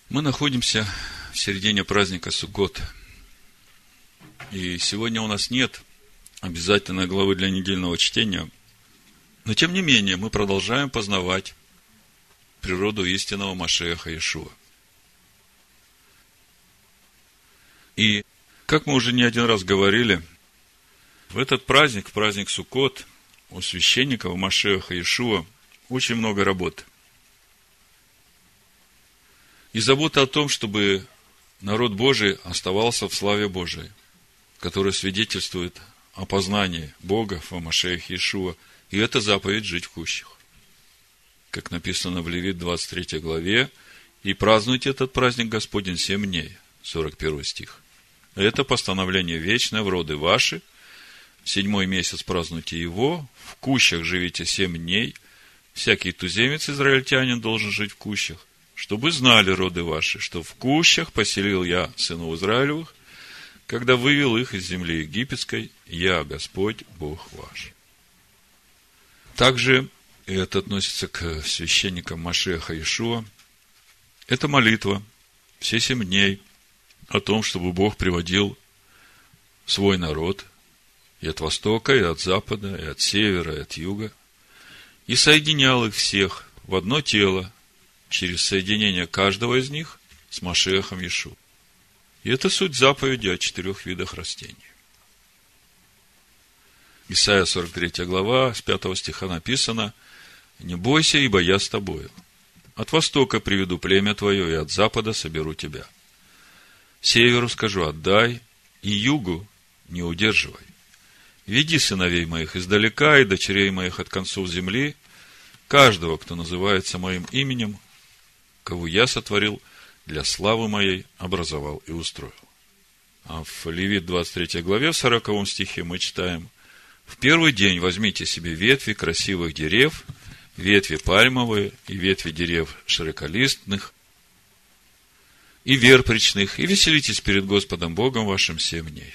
Мы находимся в середине праздника Суккот. И сегодня у нас нет обязательной главы для недельного чтения. Но тем не менее, мы продолжаем познавать природу истинного Машиаха Иешуа. И, как мы уже не один раз говорили, в этот праздник, в праздник Суккот, у священников Машиаха Иешуа очень много работы. И забота о том, чтобы народ Божий оставался в славе Божией, которая свидетельствует о познании Бога в Машиахе Иешуа. И это заповедь жить в кущах. Как написано в Левит 23 главе, «И празднуйте этот праздник Господень 7 дней», 41 стих. Это постановление вечное в роды ваши. В 7-й месяц празднуйте его, в кущах живите 7 дней. Всякий туземец израильтянин должен жить в кущах, чтобы знали роды ваши, что в кущах поселил я сынов Израилевых, когда вывел их из земли египетской, я Господь Бог ваш. Также, и это относится к священникам Машиаха Иешуа, это молитва все 7 дней о том, чтобы Бог приводил свой народ и от востока, и от запада, и от севера, и от юга, и соединял их всех в одно тело через соединение каждого из них с Машиахом Иешуа. И это суть заповеди о 4 видах растений. Исайя 43 глава, с 5 стиха написано: «Не бойся, ибо я с тобою. От востока приведу племя твое, и от запада соберу тебя. Северу скажу: отдай, и югу не удерживай. Веди сыновей моих издалека, и дочерей моих от концов земли, каждого, кто называется моим именем, кого я сотворил, для славы моей образовал и устроил». А в Левит 23 главе, в 40 стихе мы читаем: «В первый день возьмите себе ветви красивых дерев, ветви пальмовые и ветви дерев широколистных и верпричных, и веселитесь перед Господом Богом вашим 7 дней».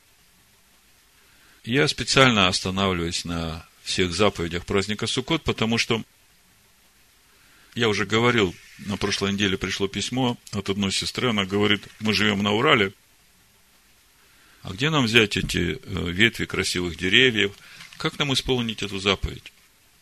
Я специально останавливаюсь на всех заповедях праздника Суккот, потому что я уже говорил, на прошлой неделе пришло письмо от одной сестры, она говорит: мы живем на Урале, а где нам взять эти ветви красивых деревьев? Как нам исполнить эту заповедь?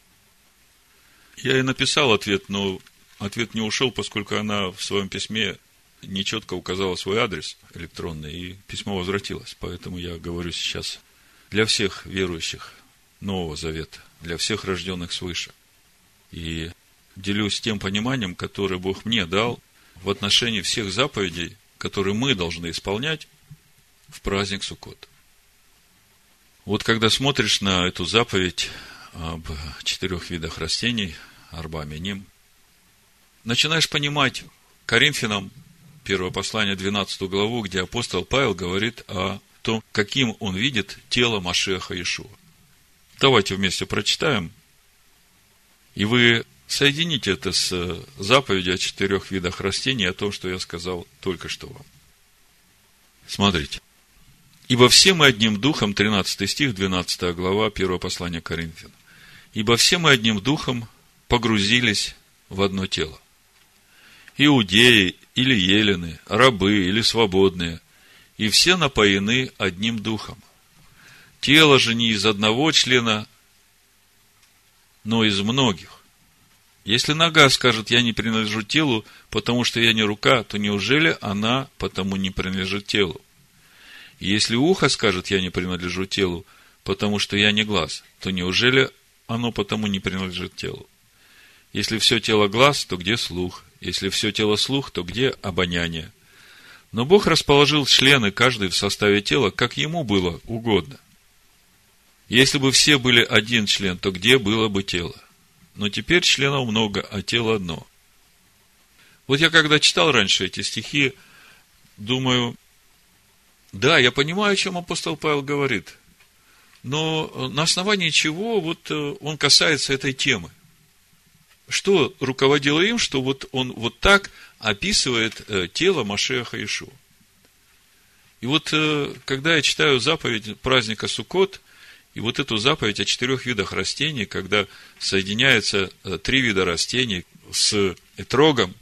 Я ей написал ответ, но ответ не ушел, поскольку она в своем письме нечетко указала свой адрес электронный, и письмо возвратилось. Поэтому я говорю сейчас для всех верующих Нового Завета, для всех рожденных свыше. И делюсь тем пониманием, которое Бог мне дал в отношении всех заповедей, которые мы должны исполнять в праздник Суккот. Вот когда смотришь на эту заповедь об 4 видах растений, арба миним, начинаешь понимать Коринфянам 1 послание 12 главу, где апостол Павел говорит о том, каким он видит тело Машиаха Иешуа. Давайте вместе прочитаем, и вы соедините это с заповедью о 4 видах растений, о том, что я сказал только что вам. Смотрите. «Ибо все мы одним духом», 13 стих, 12 глава, 1 послание Коринфянам. «Ибо все мы одним духом погрузились в одно тело. Иудеи или елены, рабы или свободные, и все напоены одним духом. Тело же не из одного члена, но из многих. Если нога скажет: я не принадлежу телу, потому что я не рука, то неужели она потому не принадлежит телу? И если ухо скажет: я не принадлежу телу, потому что я не глаз, то неужели оно потому не принадлежит телу? Если все тело глаз, то где слух? Если все тело слух, то где обоняние? Но Бог расположил члены каждый в составе тела, как ему было угодно. Если бы все были один член, то где было бы тело? Но теперь членов много, а тело одно». Вот я когда читал раньше эти стихи, думаю, да, я понимаю, о чем апостол Павел говорит, но на основании чего вот он касается этой темы? Что руководило им, что вот он вот так описывает тело Машиаха Иешуа? И вот когда я читаю заповедь праздника Суккот, и вот эту заповедь о 4 видах растений, когда соединяются 3 вида растений с этрогом,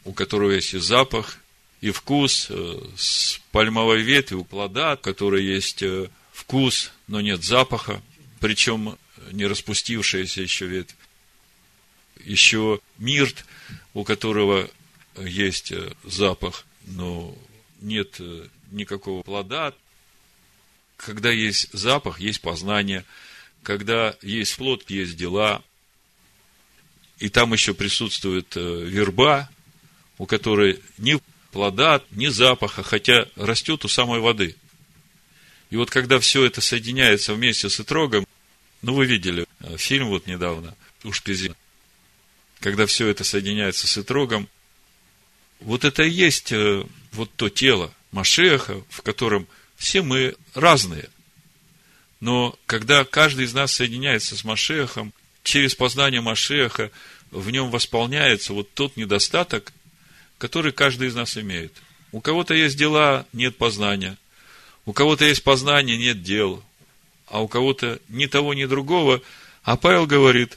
у которого есть и запах, и вкус, с пальмовой ветви, у плода, у которого есть вкус, но нет запаха, причем не распустившаяся еще ветвь. Еще мирт, у которого есть запах, но нет никакого плода. Когда есть запах, есть познание. Когда есть плод, есть дела. И там еще присутствует верба, у которой ни плода, ни запаха, хотя растет у самой воды. И вот когда все это соединяется вместе с итрогом, вы видели фильм вот недавно, Ушпизи, когда все это соединяется с итрогом, вот это и есть вот то тело Машиаха, в котором все мы разные. Но когда каждый из нас соединяется с Машиахом, через познание Машиаха в нем восполняется вот тот недостаток, который каждый из нас имеет. У кого-то есть дела, нет познания. У кого-то есть познание, нет дел. А у кого-то ни того, ни другого. А Павел говорит,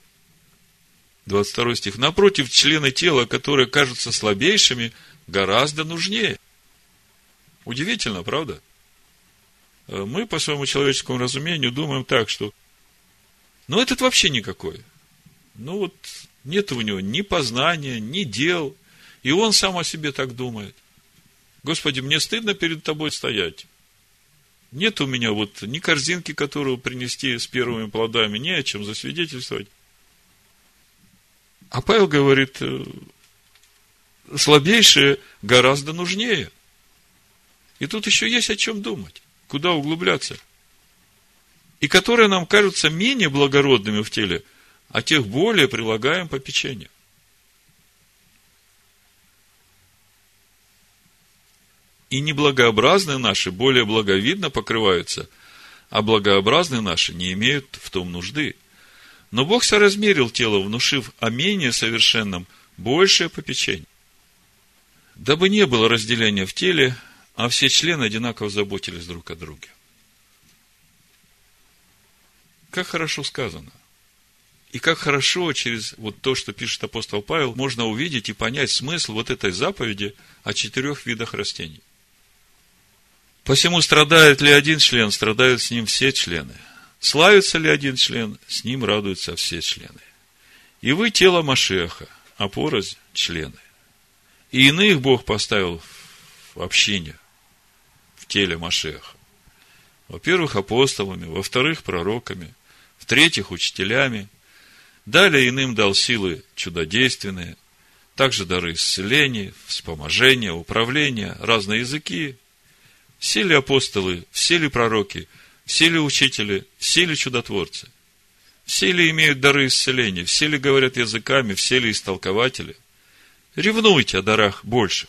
22 стих, напротив, члены тела, которые кажутся слабейшими, гораздо нужнее. Удивительно, правда? Мы, по своему человеческому разумению, думаем так, что этот вообще никакой. Нет у него ни познания, ни дел. И он сам о себе так думает. Господи, мне стыдно перед тобой стоять. Нет у меня ни корзинки, которую принести с первыми плодами, ни о чем засвидетельствовать. А Павел говорит, слабейшие гораздо нужнее. И тут еще есть о чем думать, куда углубляться. И которые нам кажутся менее благородными в теле, а тех более прилагаем попечение. И неблагообразные наши более благовидно покрываются, а благообразные наши не имеют в том нужды. Но Бог соразмерил тело, внушив о менее совершенном большее попечение, дабы не было разделения в теле, а все члены одинаково заботились друг о друге. Как хорошо сказано. И как хорошо через то, что пишет апостол Павел, можно увидеть и понять смысл этой заповеди о 4 видах растений. Посему страдает ли один член, страдают с ним все члены. Славится ли один член, с ним радуются все члены. И вы тело Машиаха, а порознь члены. И иных Бог поставил в общине, в теле Машиаха. Во-первых, апостолами, во-вторых, пророками, в-третьих, учителями. Далее иным дал силы чудодейственные, также дары исцеления, вспоможения, управления, разные языки. Все ли апостолы, все ли пророки, все ли учители, все ли чудотворцы? Все ли имеют дары исцеления, все ли говорят языками, все ли истолкователи? Ревнуйте о дарах больших.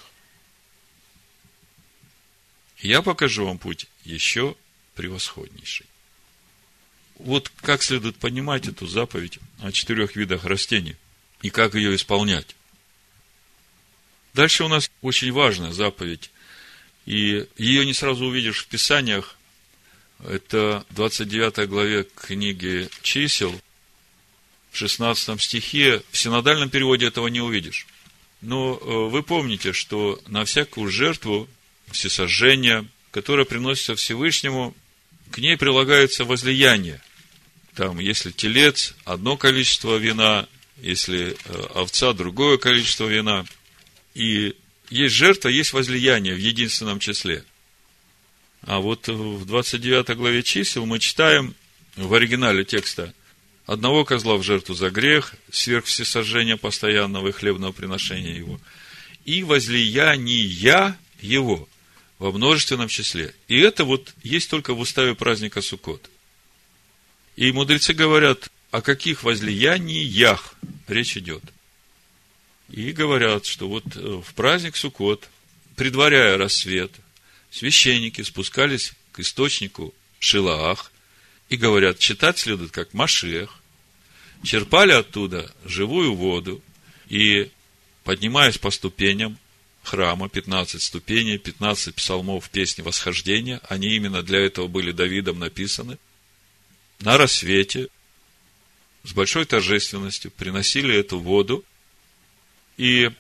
Я покажу вам путь еще превосходнейший. Как следует понимать эту заповедь о 4 видах растений и как ее исполнять. Дальше у нас очень важная заповедь, и ее не сразу увидишь в Писаниях. Это в 29 главе книги Чисел, в 16 стихе. В синодальном переводе этого не увидишь. Но вы помните, что на всякую жертву всесожжения, которая приносится Всевышнему, к ней прилагается возлияние. Там, если телец, одно количество вина, если овца, другое количество вина. И есть жертва, есть возлияние в единственном числе. А в 29 главе Чисел мы читаем в оригинале текста: одного козла в жертву за грех, сверх всесожжения постоянного и хлебного приношения его, и возлияния его во множественном числе. И это есть только в уставе праздника Суккот. И мудрецы говорят, о каких возлияниях речь идет. И говорят, что в праздник Суккот, предваряя рассвет, священники спускались к источнику Шилаах и говорят, читать следует как Машиах, черпали оттуда живую воду и, поднимаясь по ступеням храма, 15 ступеней, 15 псалмов песни восхождения, они именно для этого были Давидом написаны, на рассвете с большой торжественностью приносили эту воду, и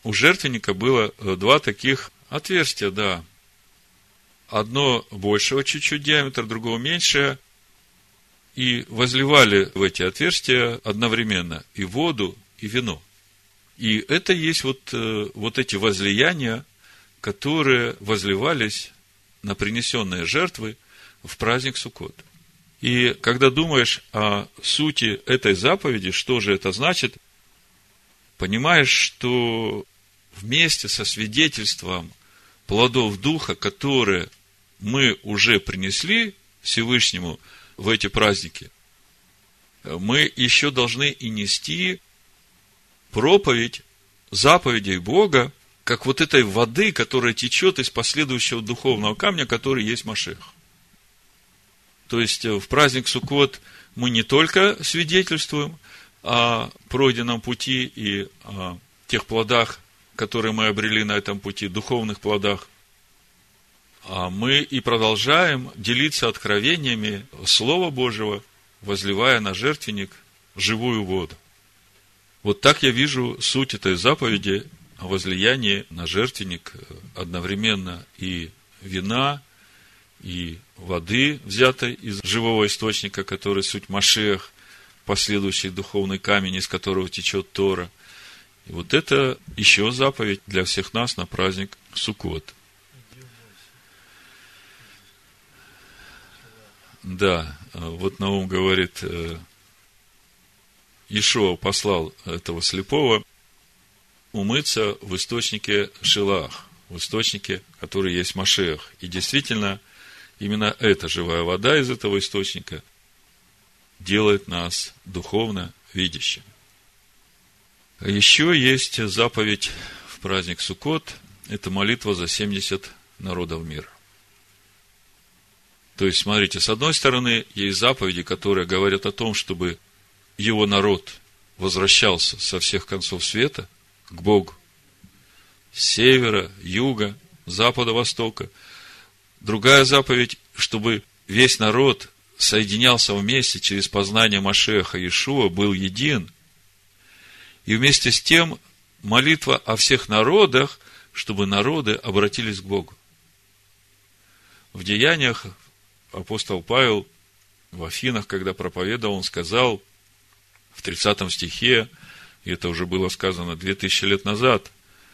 у жертвенника было два таких отверстия, да. Одно большего чуть-чуть диаметра, другого меньшее. И возливали в эти отверстия одновременно и воду, и вино. И это есть вот эти возлияния, которые возливались на принесенные жертвы в праздник Суккот. И когда думаешь о сути этой заповеди, что же это значит, понимаешь, что вместе со свидетельством плодов Духа, которые мы уже принесли Всевышнему в эти праздники, мы еще должны и нести проповедь заповедей Бога, как вот этой воды, которая течет из последующего духовного камня, который есть Машиах. То есть, в праздник Суккот мы не только свидетельствуем о пройденном пути и о тех плодах, которые мы обрели на этом пути, духовных плодах, а мы и продолжаем делиться откровениями Слова Божьего, возливая на жертвенник живую воду. Вот так я вижу суть этой заповеди о возлиянии на жертвенник одновременно и вина, и воды, взятой из живого источника, который суть Машиах, последующий духовный камень, из которого течет Тора. И вот это еще заповедь для всех нас на праздник Суккот. Да, вот Наум говорит, Иешуа послал этого слепого умыться в источнике Шилах, в источнике, который есть Машиах. И действительно, именно эта живая вода из этого источника делает нас духовно видящими. Еще есть заповедь в праздник Суккот, это молитва за 70 народов мира. То есть, смотрите, с одной стороны, есть заповеди, которые говорят о том, чтобы его народ возвращался со всех концов света к Богу. С севера, юга, запада, востока. Другая заповедь, чтобы весь народ соединялся вместе через познание Машиаха Иешуа, был един. И вместе с тем молитва о всех народах, чтобы народы обратились к Богу. В Деяниях апостол Павел в Афинах, когда проповедовал, он сказал в 30 стихе, и это уже было сказано 2000 лет назад,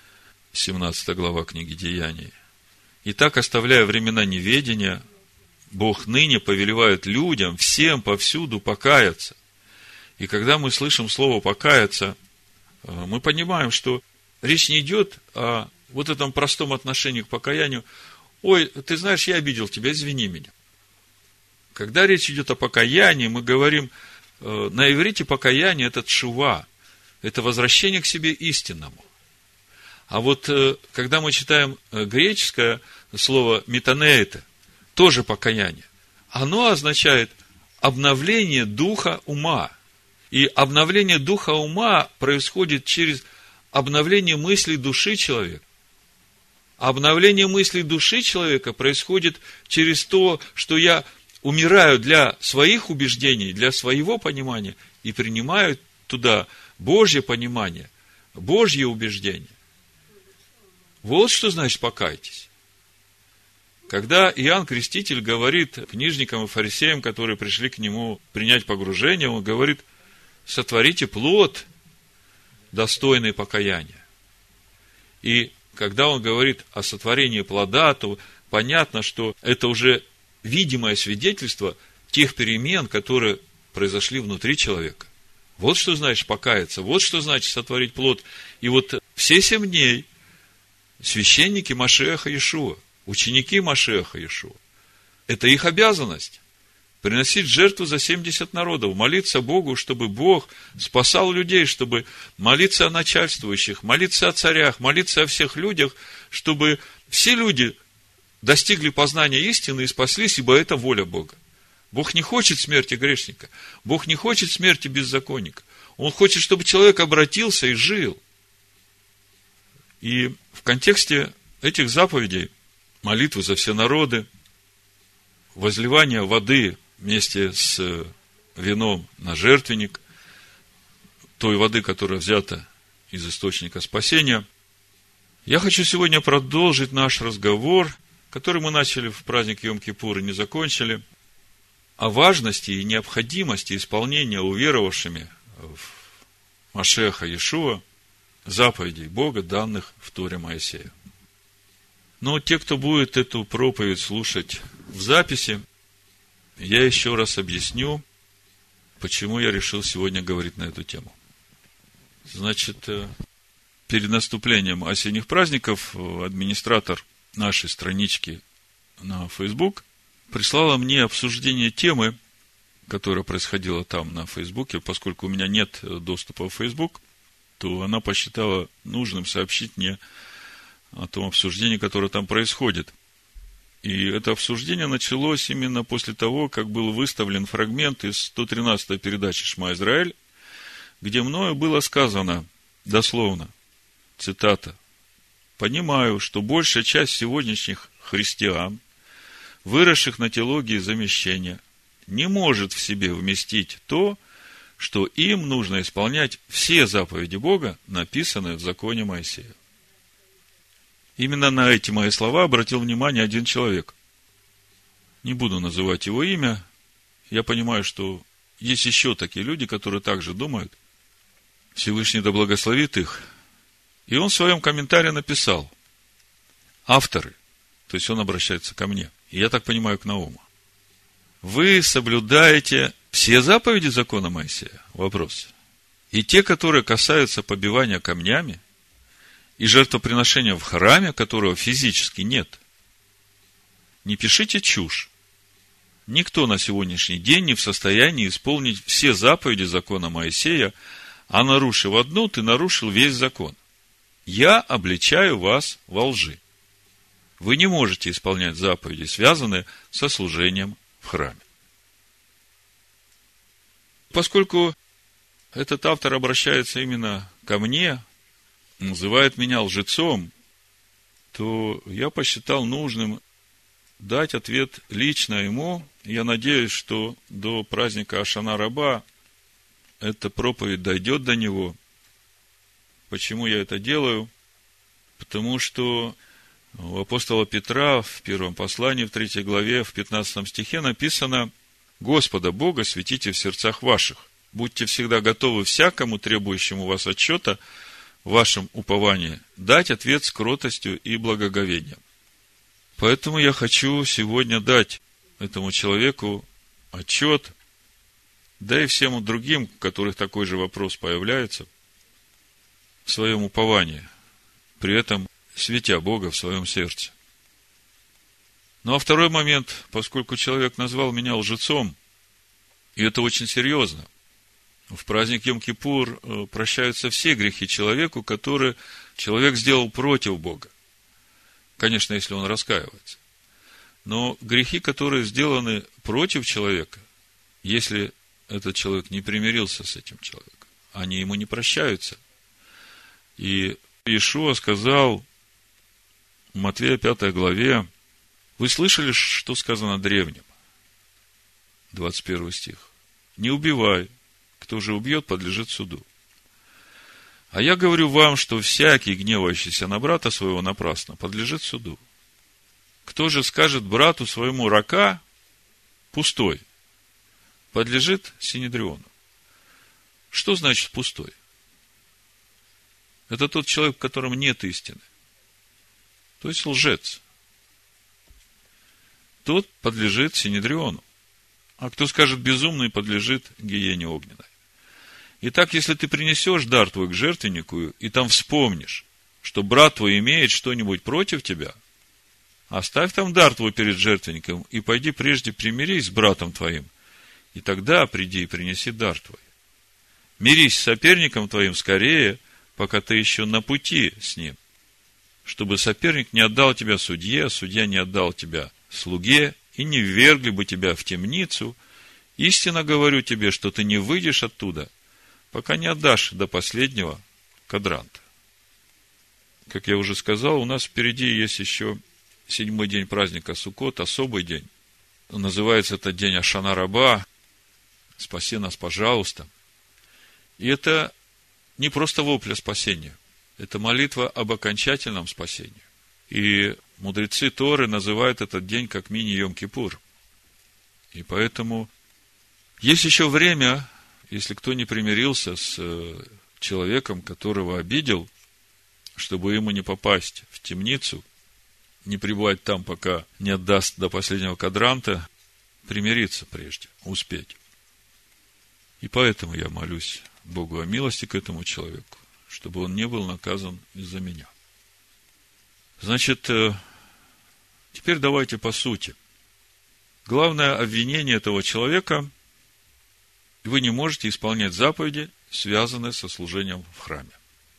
17 глава книги Деяний. «Итак, оставляя времена неведения, Бог ныне повелевает людям, всем повсюду покаяться». И когда мы слышим слово «покаяться», мы понимаем, что речь не идет о вот этом простом отношении к покаянию. «Ой, ты знаешь, я обидел тебя, извини меня». Когда речь идет о покаянии, мы говорим, на иврите покаяние – это тшува, это возвращение к себе истинному. А вот когда мы читаем греческое слово метанеите, тоже покаяние, оно означает обновление духа ума. И обновление духа ума происходит через обновление мыслей души человека. Обновление мыслей души человека происходит через то, что я умираю для своих убеждений, для своего понимания и принимаю туда Божье понимание, Божье убеждение. Вот что значит покайтесь. Когда Иоанн Креститель говорит книжникам и фарисеям, которые пришли к нему принять погружение, он говорит: сотворите плод, достойный покаяния. И когда он говорит о сотворении плода, то понятно, что это уже видимое свидетельство тех перемен, которые произошли внутри человека. Вот что значит покаяться, вот что значит сотворить плод. И вот все 7 дней священники Машиаха Иешуа, ученики Машиаха Иешуа, это их обязанность приносить жертву за 70 народов, молиться Богу, чтобы Бог спасал людей, чтобы молиться о начальствующих, молиться о царях, молиться о всех людях, чтобы все люди достигли познания истины и спаслись, ибо это воля Бога. Бог не хочет смерти грешника. Бог не хочет смерти беззаконника. Он хочет, чтобы человек обратился и жил. И в контексте этих заповедей, молитвы за все народы, возливание воды вместе с вином на жертвенник, той воды, которая взята из источника спасения, Я хочу сегодня продолжить наш разговор, который мы начали в праздник Йом-Кипур и не закончили, о важности и необходимости исполнения уверовавшими в Машеха Иешуа заповедей Бога, данных в Торе Моисея. Но те, кто будет эту проповедь слушать в записи, я еще раз объясню, почему я решил сегодня говорить на эту тему. Значит, перед наступлением осенних праздников администратор нашей странички на Facebook прислала мне обсуждение темы, которая происходила там на Фейсбуке. Поскольку у меня нет доступа в Facebook, то она посчитала нужным сообщить мне о том обсуждении, которое там происходит. И это обсуждение началось именно после того, как был выставлен фрагмент из 113-й передачи «Шма Израиль», где мною было сказано, дословно, цитата: «Понимаю, что большая часть сегодняшних христиан, выросших на теологии замещения, не может в себе вместить то, что им нужно исполнять все заповеди Бога, написанные в законе Моисея». Именно на эти мои слова обратил внимание один человек. Не буду называть его имя. Я понимаю, что есть еще такие люди, которые также думают. Всевышний да благословит их. И он в своем комментарии написал: авторы, то есть он обращается ко мне, и я так понимаю, к Науму: вы соблюдаете все заповеди закона Моисея? Вопрос. И те, которые касаются побивания камнями и жертвоприношения в храме, которого физически нет. Не пишите чушь. Никто на сегодняшний день не в состоянии исполнить все заповеди закона Моисея, а нарушив одну, ты нарушил весь закон. Я обличаю вас во лжи. Вы не можете исполнять заповеди, связанные со служением в храме. Поскольку этот автор обращается именно ко мне, называет меня лжецом, то я посчитал нужным дать ответ лично ему. Я надеюсь, что до праздника Ашана Раба эта проповедь дойдет до него. Почему я это делаю? Потому что у апостола Петра в первом послании, в 3 главе, в 15 стихе написано: «Господа Бога светите в сердцах ваших, будьте всегда готовы всякому требующему вас отчета в вашем уповании дать ответ с кротостью и благоговением». Поэтому я хочу сегодня дать этому человеку отчет, да и всем другим, у которых такой же вопрос появляется, в своем уповании, при этом светя Бога в своем сердце. Ну, а второй момент, поскольку человек назвал меня лжецом, и это очень серьезно, в праздник Йом-Кипур прощаются все грехи человеку, которые человек сделал против Бога. Конечно, если он раскаивается. Но грехи, которые сделаны против человека, если этот человек не примирился с этим человеком, они ему не прощаются. И Иешуа сказал в Матфея 5 главе: вы слышали, что сказано древним? 21 стих. Не убивай, кто же убьет, подлежит суду. А я говорю вам, что всякий, гневающийся на брата своего напрасно, подлежит суду. Кто же скажет брату своему рака, пустой, подлежит синедриону. Что значит пустой? Это тот человек, в котором нет истины. То есть лжец. Тот подлежит синедриону. А кто скажет безумный, подлежит гиене огненной. Итак, если ты принесешь дар твой к жертвеннику, и там вспомнишь, что брат твой имеет что-нибудь против тебя, оставь там дар твой перед жертвенником, и пойди прежде примирись с братом твоим, и тогда приди и принеси дар твой. Мирись с соперником твоим скорее, пока ты еще на пути с ним, чтобы соперник не отдал тебя судье, а судья не отдал тебя слуге, и не ввергли бы тебя в темницу. Истинно говорю тебе, что ты не выйдешь оттуда, пока не отдашь до последнего кадранта. Как я уже сказал, у нас впереди есть еще 7-й день праздника Суккот, особый день. Называется этот день Ашана Раба. Спаси нас, пожалуйста. И это не просто вопль о спасении. Это молитва об окончательном спасении. И мудрецы Торы называют этот день как мини-Йом-Кипур. И поэтому есть еще время, если кто не примирился с человеком, которого обидел, чтобы ему не попасть в темницу, не пребывать там, пока не отдаст до последнего квадранта, примириться прежде, успеть. И поэтому я молюсь Богу о милости к этому человеку, чтобы он не был наказан из-за меня. Значит, теперь давайте по сути. Главное обвинение этого человека: вы не можете исполнять заповеди, связанные со служением в храме.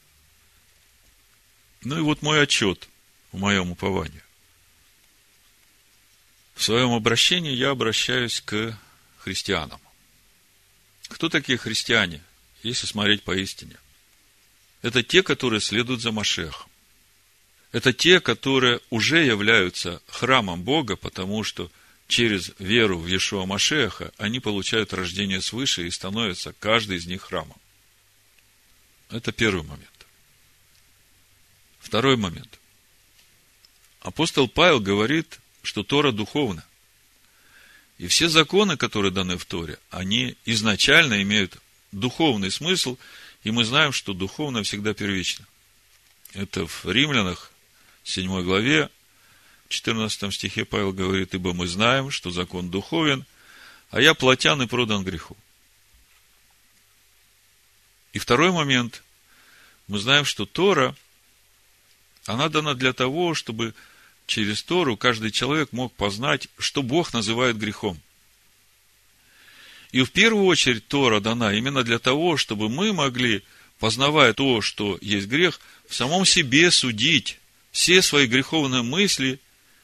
Ну и вот мой отчет в моем уповании. В своем обращении я обращаюсь к христианам. Кто такие христиане, если смотреть поистине? Это те, которые следуют за Машиахом. Это те, которые уже являются храмом Бога, потому что через веру в Иешуа Машиаха они получают рождение свыше и становятся каждый из них храмом. Это первый момент. Второй момент. Апостол Павел говорит, что Тора духовна. И все законы, которые даны в Торе, они изначально имеют духовный смысл, и мы знаем, что духовное всегда первично. Это в Римлянах, 7 главе, 14 стихе Павел говорит: «Ибо мы знаем, что закон духовен, а я плотян и продан греху». И второй момент. Мы знаем, что Тора, она дана для того, чтобы через Тору каждый человек мог познать, что Бог называет грехом. И в первую очередь Тора дана именно для того, чтобы мы могли, познавая то, что есть грех, в самом себе судить все свои греховные мысли,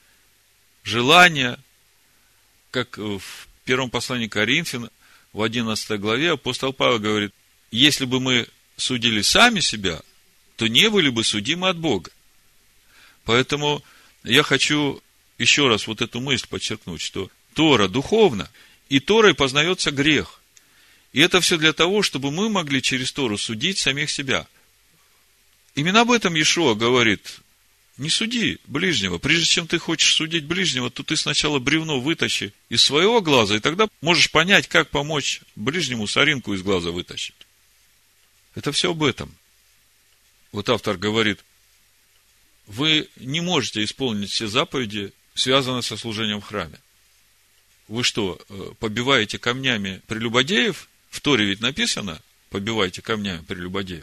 желания, как в первом послании к Коринфянам, в 11 главе апостол Павел говорит: если бы мы судили сами себя, то не были бы судимы от Бога. Поэтому я хочу еще раз вот эту мысль подчеркнуть, что Тора духовна, и Торой познается грех. И это все для того, чтобы мы могли через Тору судить самих себя. Именно об этом Иешуа говорит: не суди ближнего. Прежде чем ты хочешь судить ближнего, то ты сначала бревно вытащи из своего глаза, и тогда можешь понять, как помочь ближнему соринку из глаза вытащить. Это все об этом. Вот автор говорит: вы не можете исполнить все заповеди, связанные со служением в храме. Вы что, побиваете камнями прелюбодеев? В Торе ведь написано: побивайте камнями прелюбодеев.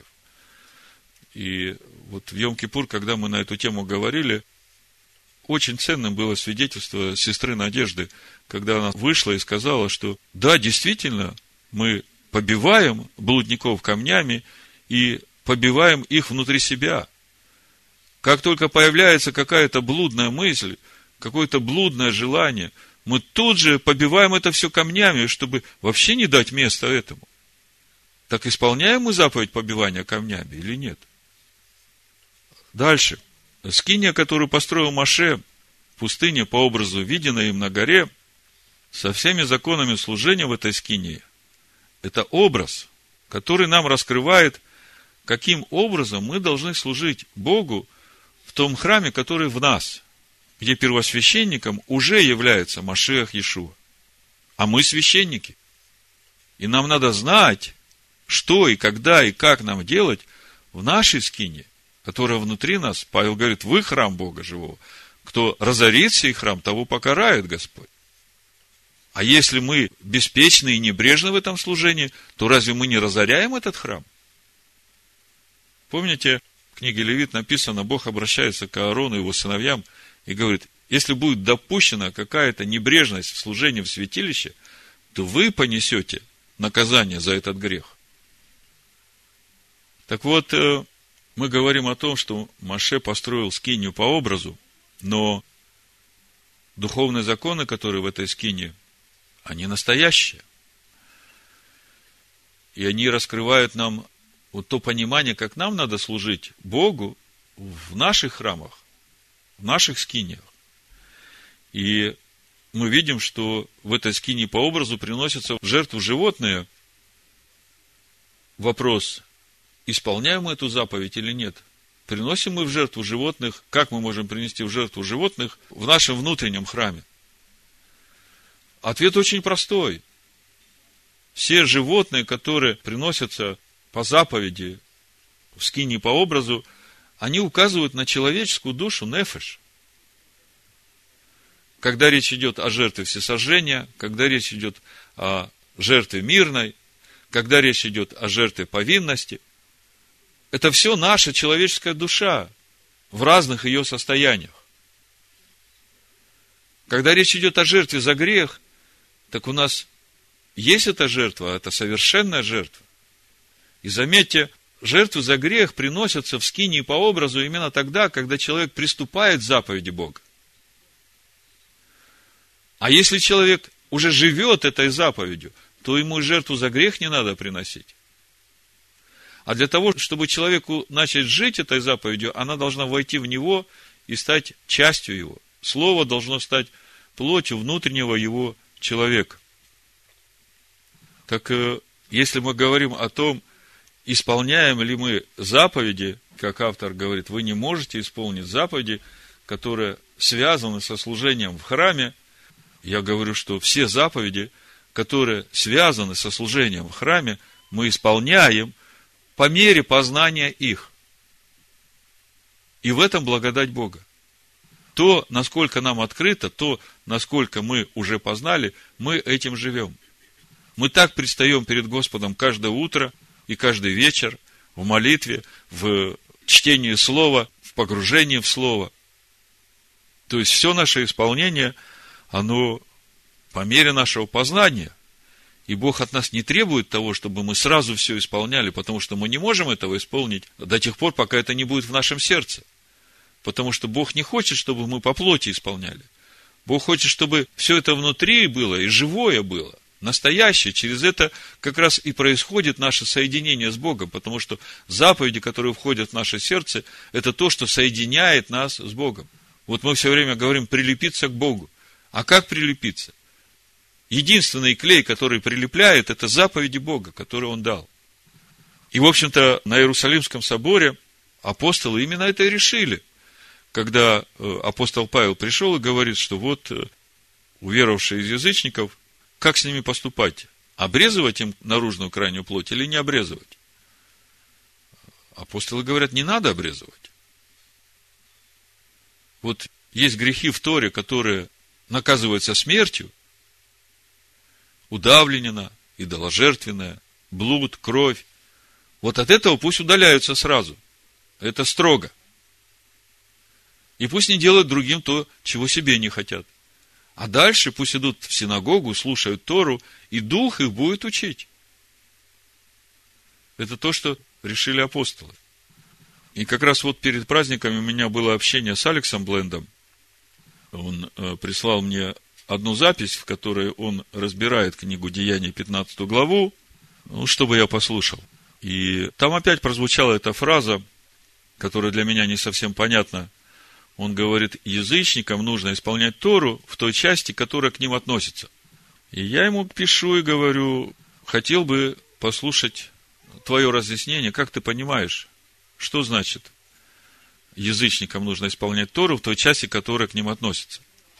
И вот в Йом-Кипур, когда мы на эту тему говорили, очень ценным было свидетельство сестры Надежды, когда она вышла и сказала, что да, действительно, мы побиваем блудников камнями и побиваем их внутри себя. Как только появляется какая-то блудная мысль, какое-то блудное желание, мы тут же побиваем это все камнями, чтобы вообще не дать места этому. Так исполняем мы заповедь побивания камнями или нет? Дальше. Скиния, которую построил Моше в пустыне по образу, виденной им на горе, со всеми законами служения в этой скинии, это образ, который нам раскрывает, каким образом мы должны служить Богу в том храме, который в нас, где первосвященником уже является Машиах Иешуа. А мы священники. И нам надо знать, что и когда и как нам делать в нашей скинии, которая внутри нас. Павел говорит: вы храм Бога живого. Кто разорит сей храм, того покарает Господь. А если мы беспечны и небрежны в этом служении, то разве мы не разоряем этот храм? Помните, в книге Левит написано: Бог обращается к Аарону и его сыновьям и говорит: если будет допущена какая-то небрежность в служении в святилище, то вы понесете наказание за этот грех. Так вот, мы говорим о том, что Моше построил скинию по образу, но духовные законы, которые в этой скинии, они настоящие. И они раскрывают нам вот то понимание, как нам надо служить Богу в наших храмах, в наших скиниях. И мы видим, что в этой скинии по образу приносятся в жертву животные. Вопрос: исполняем мы эту заповедь или нет? приносим мы в жертву животных, как мы можем принести в жертву животных в нашем внутреннем храме? Ответ очень простой. Все животные, которые приносятся по заповеди, в скинии по образу, они указывают на человеческую душу, нефеш. Когда речь идет о жертве всесожжения, когда речь идет о жертве мирной, когда речь идет о жертве повинности, это все наша человеческая душа в разных ее состояниях. Когда речь идет о жертве за грех, так у нас есть эта жертва, это совершенная жертва. И заметьте, жертвы за грех приносятся в скинии по образу именно тогда, когда человек приступает к заповеди Бога. А если человек уже живет этой заповедью, то ему жертву за грех не надо приносить. А для того, чтобы человеку начать жить этой заповедью, она должна войти в него и стать частью его. Слово должно стать плотью внутреннего его человека. Так, если мы говорим о том, исполняем ли мы заповеди, как автор говорит, вы не можете исполнить заповеди, которые связаны со служением в храме. Я говорю, что все заповеди, которые связаны со служением в храме, мы исполняем по мере познания их. И в этом благодать Бога. То, насколько нам открыто, то, насколько мы уже познали, мы этим живем. Мы так предстаем перед Господом каждое утро и каждый вечер в молитве, в чтении Слова, в погружении в Слово. То есть, все наше исполнение, оно по мере нашего познания. И Бог от нас не требует того, чтобы мы сразу все исполняли, потому что мы не можем этого исполнить до тех пор, пока это не будет в нашем сердце. Потому что Бог не хочет, чтобы мы по плоти исполняли. Бог хочет, чтобы все это внутри было и живое было. Настоящее. Через это как раз и происходит наше соединение с Богом, потому что заповеди, которые входят в наше сердце, это то, что соединяет нас с Богом. Вот мы все время говорим прилепиться к Богу. А как прилепиться? Единственный клей, который прилепляет, это заповеди Бога, которые Он дал. И, в общем-то, на Иерусалимском соборе апостолы именно это и решили. Когда апостол Павел пришел и говорит, что вот уверовавшие из язычников, как с ними поступать? Обрезывать им наружную крайнюю плоть или не обрезывать? Апостолы говорят, не надо обрезывать. Вот есть грехи в Торе, которые наказываются смертью. Удавленина, идоложертвенная, блуд, кровь. Вот от этого пусть удаляются сразу. Это строго. И пусть не делают другим то, чего себе не хотят. А дальше пусть идут в синагогу, слушают Тору, и Дух их будет учить. Это то, что решили апостолы. И как раз вот перед праздниками у меня было общение с Алексом Блендом. Он прислал мне одну запись, в которой он разбирает книгу Деяний, 15 главу, чтобы я послушал. И там опять прозвучала эта фраза, которая для меня не совсем понятна. Он говорит, язычникам нужно исполнять Тору в той части, которая к ним относится. И я ему пишу и говорю, хотел бы послушать твое разъяснение, как ты понимаешь, что значит язычникам нужно исполнять Тору в той части, которая к ним относится.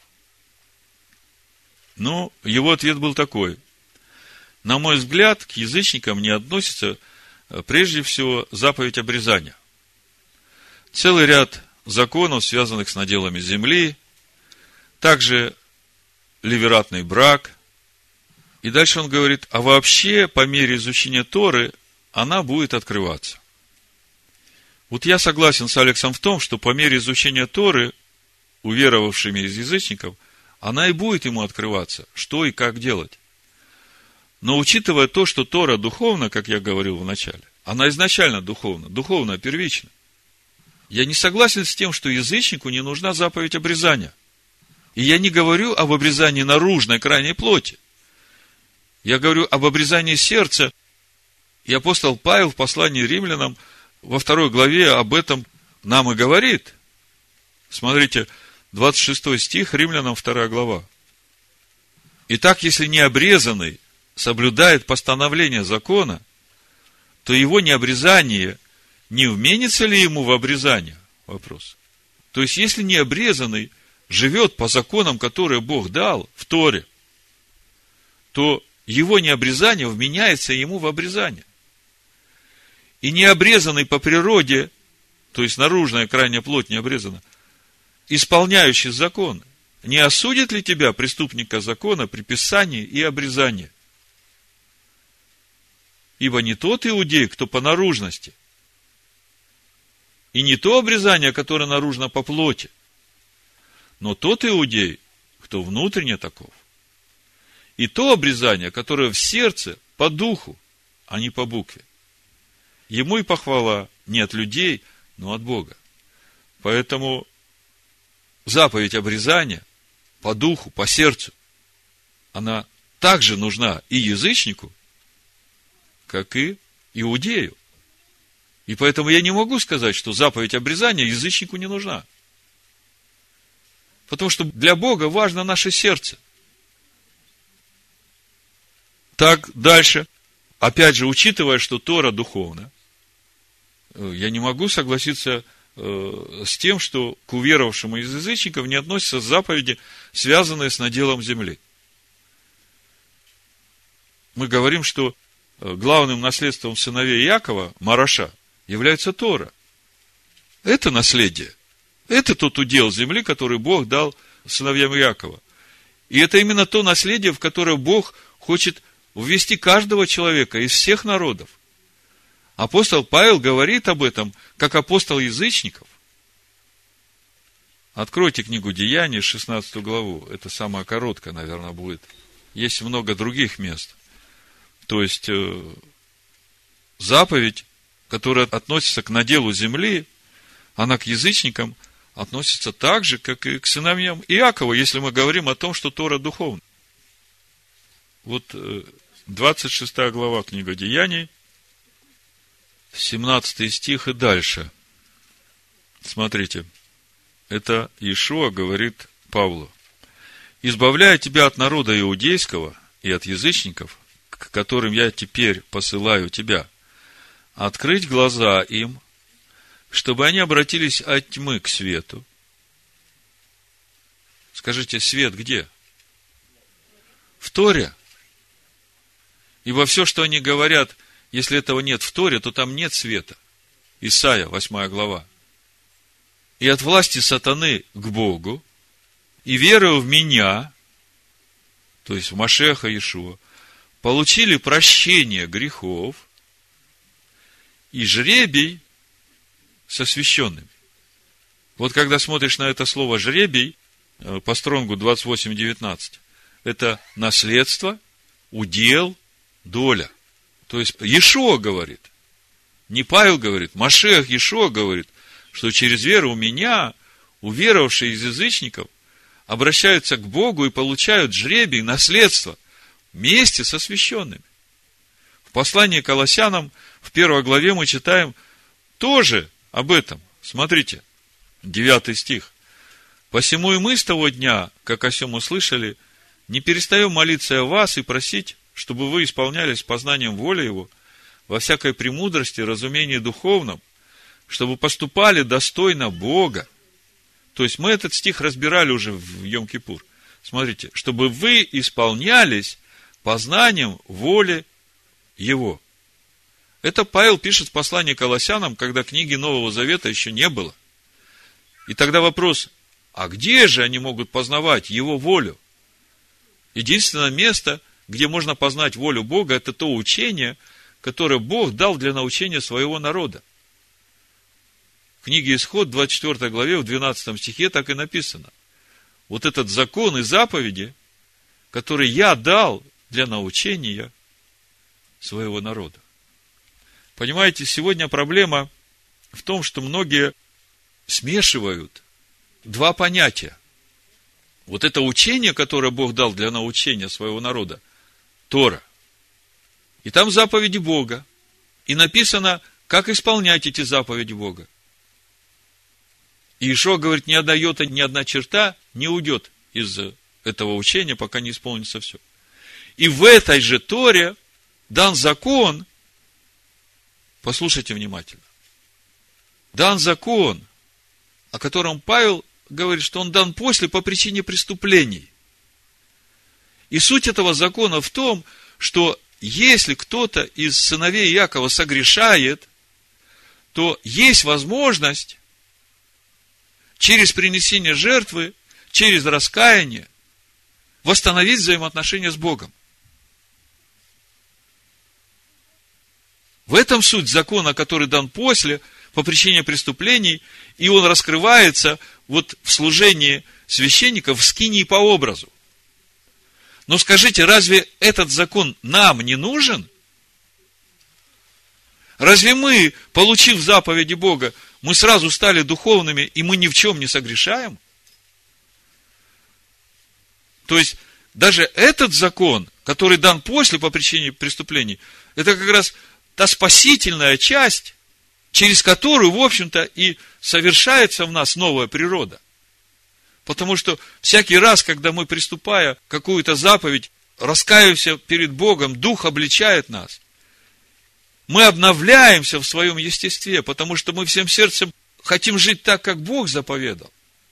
Ну, его ответ был такой. На мой взгляд, к язычникам не относится прежде всего заповедь обрезания. Целый ряд законов, связанных с наделами земли, также левиратный брак. И дальше он говорит, а вообще по мере изучения Торы она будет открываться. Вот я согласен с Алексом в том, что по мере изучения Торы, уверовавшими из язычников, она и будет ему открываться, что и как делать. Но учитывая то, что Тора духовна, как я говорил в начале, она изначально духовна, духовно первична. Я не согласен с тем, что язычнику не нужна заповедь обрезания. И я не говорю об обрезании наружной крайней плоти. Я говорю об обрезании сердца. И апостол Павел в послании римлянам во 2 главе об этом нам и говорит. Смотрите, 26 стих, Римлянам 2 глава. Итак, если необрезанный соблюдает постановление закона, то его необрезание не вменится ли ему в обрезание? Вопрос. То есть, если необрезанный живет по законам, которые Бог дал в Торе, то его необрезание вменяется ему в обрезание. И необрезанный по природе, то есть наружная крайняя плоть не обрезана, исполняющий закон, не осудит ли тебя, преступника закона, при писании и обрезании? Ибо не тот иудей, кто по наружности, и не то обрезание, которое наружно по плоти, но тот иудей, кто внутренне таков, и то обрезание, которое в сердце по духу, а не по букве. Ему и похвала не от людей, но от Бога. Поэтому заповедь обрезания по духу, по сердцу, она также нужна и язычнику, как и иудею. И поэтому я не могу сказать, что заповедь обрезания язычнику не нужна. Потому что для Бога важно наше сердце. Так, дальше. Опять же, учитывая, что Тора духовна, я не могу согласиться с тем, что к уверовавшему из язычников не относятся заповеди, связанные с наделом земли. Мы говорим, что главным наследством сыновей Иакова, Мараша, является Тора. Это наследие. Это тот удел земли, который Бог дал сыновьям Иакова. И это именно то наследие, в которое Бог хочет ввести каждого человека из всех народов. Апостол Павел говорит об этом, как апостол язычников. Откройте книгу Деяний, 16 главу. Это самая короткая, наверное, будет. Есть много других мест. То есть, заповедь, которая относится к наделу земли, она к язычникам относится так же, как и к сыновьям Иакова, если мы говорим о том, что Тора духовна. Вот 26 глава, книга Деяний, 17 стих и дальше. Смотрите, это Иешуа говорит Павлу: «Избавляя тебя от народа иудейского и от язычников, к которым я теперь посылаю тебя, открыть глаза им, чтобы они обратились от тьмы к свету». Скажите, свет где? В Торе. Ибо все, что они говорят, если этого нет в Торе, то там нет света. Исайя, 8 глава. «И от власти сатаны к Богу, и верою в меня», то есть в Машеха Иешуа, «получили прощение грехов и жребий со священными». Вот когда смотришь на это слово «жребий», по Стронгу 28:19, это наследство, удел, доля. То есть Иешуа говорит, не Павел говорит, Машех Иешуа говорит, что через веру у меня, уверовавшие из язычников, обращаются к Богу и получают жребий, наследство, вместе со священными. В послании к Колоссянам, в 1 главе мы читаем тоже об этом. Смотрите, 9 стих. «Посему и мы с того дня, как о сем услышали, не перестаем молиться о вас и просить, чтобы вы исполнялись познанием воли Его во всякой премудрости, разумении духовном, чтобы поступали достойно Бога». То есть, мы этот стих разбирали уже в Йом-Кипур. Смотрите, чтобы вы исполнялись познанием воли Его. Это Павел пишет в послании к Колоссянам, когда книги Нового Завета еще не было. И тогда вопрос, а где же они могут познавать Его волю? Единственное место, где можно познать волю Бога, это то учение, которое Бог дал для научения своего народа. В книге Исход, 24 главе, в 12 стихе так и написано. Вот этот закон и заповеди, которые я дал для научения своего народа. Понимаете, сегодня проблема в том, что многие смешивают два понятия. Вот это учение, которое Бог дал для научения своего народа, Тора. И там заповеди Бога. И написано, как исполнять эти заповеди Бога. И Иешуа говорит, ни одна йота, ни одна черта не уйдет из этого учения, пока не исполнится все. И в этой же Торе дан закон, послушайте внимательно, дан закон, о котором Павел говорит, что он дан после по причине преступлений. И суть этого закона в том, что если кто-то из сыновей Иакова согрешает, то есть возможность через принесение жертвы, через раскаяние восстановить взаимоотношения с Богом. В этом суть закона, который дан после, по причине преступлений, и он раскрывается вот в служении священников в скинии по образу. Но скажите, разве этот закон нам не нужен? Разве мы, получив заповеди Бога, мы сразу стали духовными, и мы ни в чем не согрешаем? То есть, даже этот закон, который дан после по причине преступлений, это как раз та спасительная часть, через которую, в общем-то, и совершается в нас новая природа. Потому что всякий раз, когда мы, приступая какую-то заповедь, раскаиваемся перед Богом, Дух обличает нас, мы обновляемся в своем естестве, потому что мы всем сердцем хотим жить так, как Бог заповедал.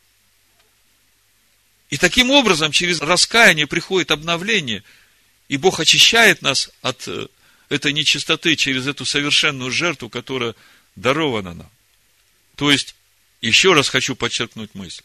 И таким образом, через раскаяние приходит обновление, и Бог очищает нас от этой нечистоты через эту совершенную жертву, которая дарована нам. То есть, еще раз хочу подчеркнуть мысль.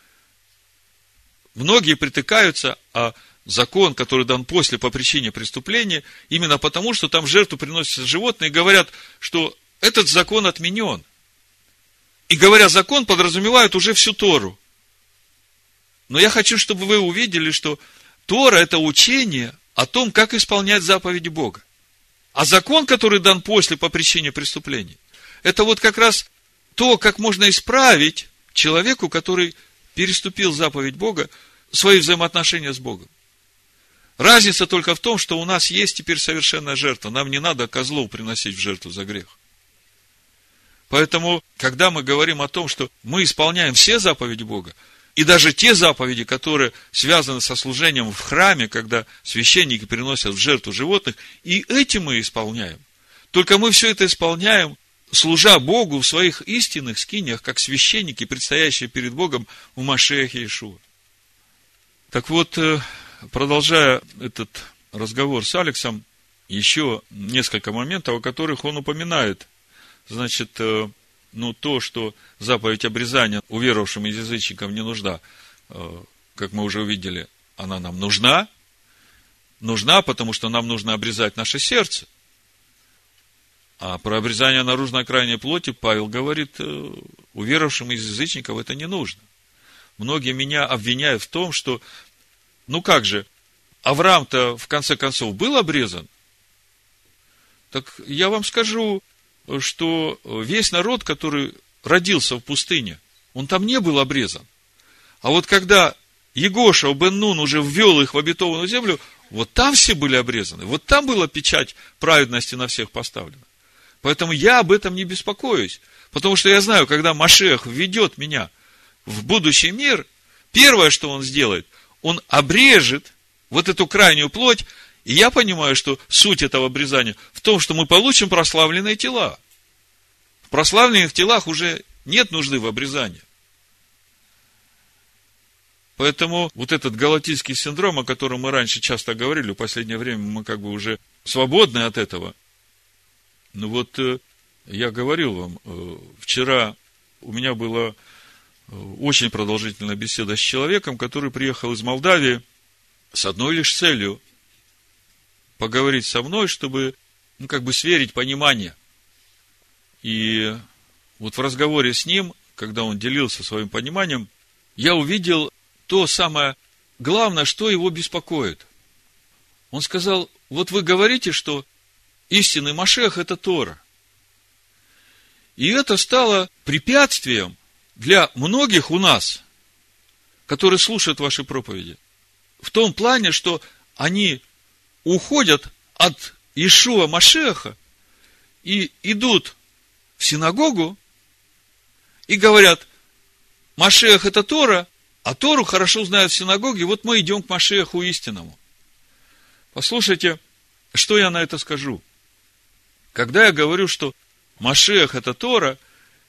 Многие притыкаются, а закон, который дан после по причине преступления, именно потому, что там в жертву приносятся животные, и говорят, что этот закон отменен. И говоря закон, подразумевают уже всю Тору. Но я хочу, чтобы вы увидели, что Тора – это учение о том, как исполнять заповеди Бога. А закон, который дан после по причине преступлений, это вот как раз то, как можно исправить человеку, который переступил заповедь Бога, свои взаимоотношения с Богом. Разница только в том, что у нас есть теперь совершенная жертва. Нам не надо козлов приносить в жертву за грех. Поэтому, когда мы говорим о том, что мы исполняем все заповеди Бога, и даже те заповеди, которые связаны со служением в храме, когда священники приносят в жертву животных, и эти мы исполняем. Только мы все это исполняем, служа Богу в своих истинных скиниях, как священники, предстоящие перед Богом в Машиахе Иешуа. Так вот, продолжая этот разговор с Алексом, еще несколько моментов, о которых он упоминает. Значит, то, что заповедь обрезания уверовавшим язычникам не нужна, как мы уже увидели, она нам нужна, потому что нам нужно обрезать наше сердце. А про обрезание наружной крайней плоти Павел говорит, уверовавшим из язычников это не нужно. Многие меня обвиняют в том, что, как же, Авраам-то в конце концов был обрезан? Так я вам скажу, что весь народ, который родился в пустыне, он там не был обрезан. А вот когда Егошуа бен Нун уже ввел их в обетованную землю, вот там все были обрезаны, вот там была печать праведности на всех поставлена. Поэтому я об этом не беспокоюсь, потому что я знаю, когда Машиах введет меня в будущий мир, первое, что он сделает, он обрежет вот эту крайнюю плоть. И я понимаю, что суть этого обрезания в том, что мы получим прославленные тела. В прославленных телах уже нет нужды в обрезании. Поэтому вот этот галатийский синдром, о котором мы раньше часто говорили, в последнее время мы как бы уже свободны от этого. Я говорил вам, вчера у меня была очень продолжительная беседа с человеком, который приехал из Молдавии с одной лишь целью – поговорить со мной, чтобы, сверить понимание. И вот в разговоре с ним, когда он делился своим пониманием, я увидел то самое главное, что его беспокоит. Он сказал, вот вы говорите, что истинный Машиах – это Тора. И это стало препятствием для многих у нас, которые слушают ваши проповеди. В том плане, что они уходят от Иешуа Машиаха и идут в синагогу и говорят, Машиах это Тора, а Тору хорошо знают в синагоге, вот мы идем к Машиаху истинному. Послушайте, что я на это скажу. Когда я говорю, что Машиах это Тора,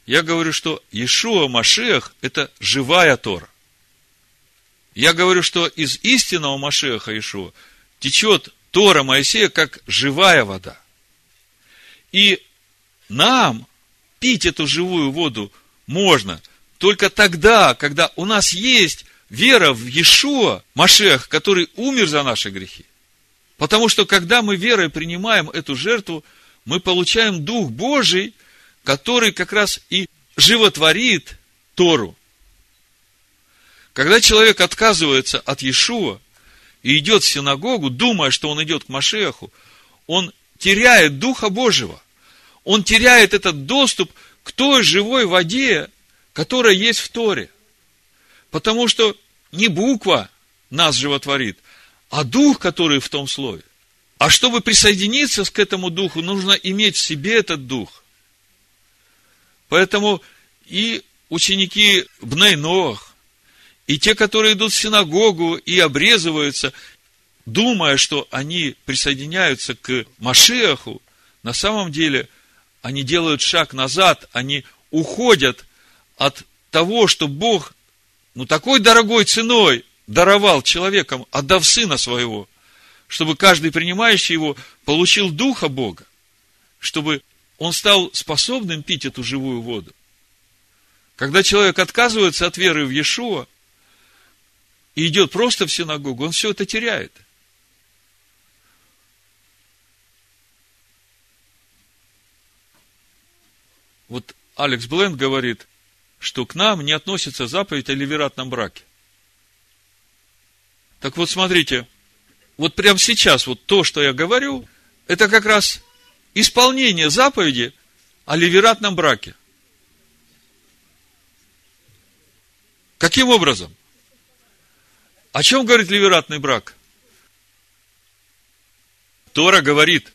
Я говорю, что Иешуа Машиах – это живая Тора. Я говорю, что из истинного Машиаха Иешуа течет Тора Моисея, как живая вода. И нам пить эту живую воду можно только тогда, когда у нас есть вера в Иешуа Машиах, который умер за наши грехи. Потому что, когда мы верой принимаем эту жертву, мы получаем Дух Божий, который как раз и животворит Тору. Когда человек отказывается от Иешуа и идет в синагогу, думая, что он идет к Машиаху, он теряет Духа Божьего. Он теряет этот доступ к той живой воде, которая есть в Торе. Потому что не буква нас животворит, а Дух, который в том слове. А чтобы присоединиться к этому Духу, нужно иметь в себе этот Дух. Поэтому и ученики Бней Ноах, и те, которые идут в синагогу и обрезываются, думая, что они присоединяются к Машиаху, на самом деле они делают шаг назад, они уходят от того, что Бог такой дорогой ценой даровал человекам, отдав Сына Своего, чтобы каждый принимающий Его получил Духа Бога, чтобы он стал способным пить эту живую воду. Когда человек отказывается от веры в Иешуа и идет просто в синагогу, он все это теряет. Вот Алекс Бленд говорит, что к нам не относится заповедь о левиратном браке. Так вот, смотрите, вот прямо сейчас вот то, что я говорю, это как раз исполнение заповеди о левиратном браке. Каким образом? О чем говорит левиратный брак? Тора говорит,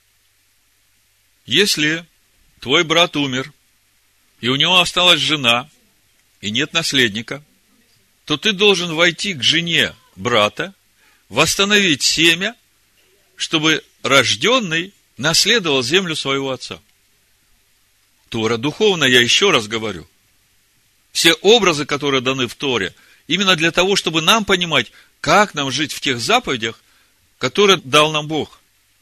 если твой брат умер, и у него осталась жена, и нет наследника, то ты должен войти к жене брата, восстановить семя, чтобы рожденный наследовал землю своего отца. Тора духовная, я еще раз говорю. Все образы, которые даны в Торе, именно для того, чтобы нам понимать, как нам жить в тех заповедях, которые дал нам Бог.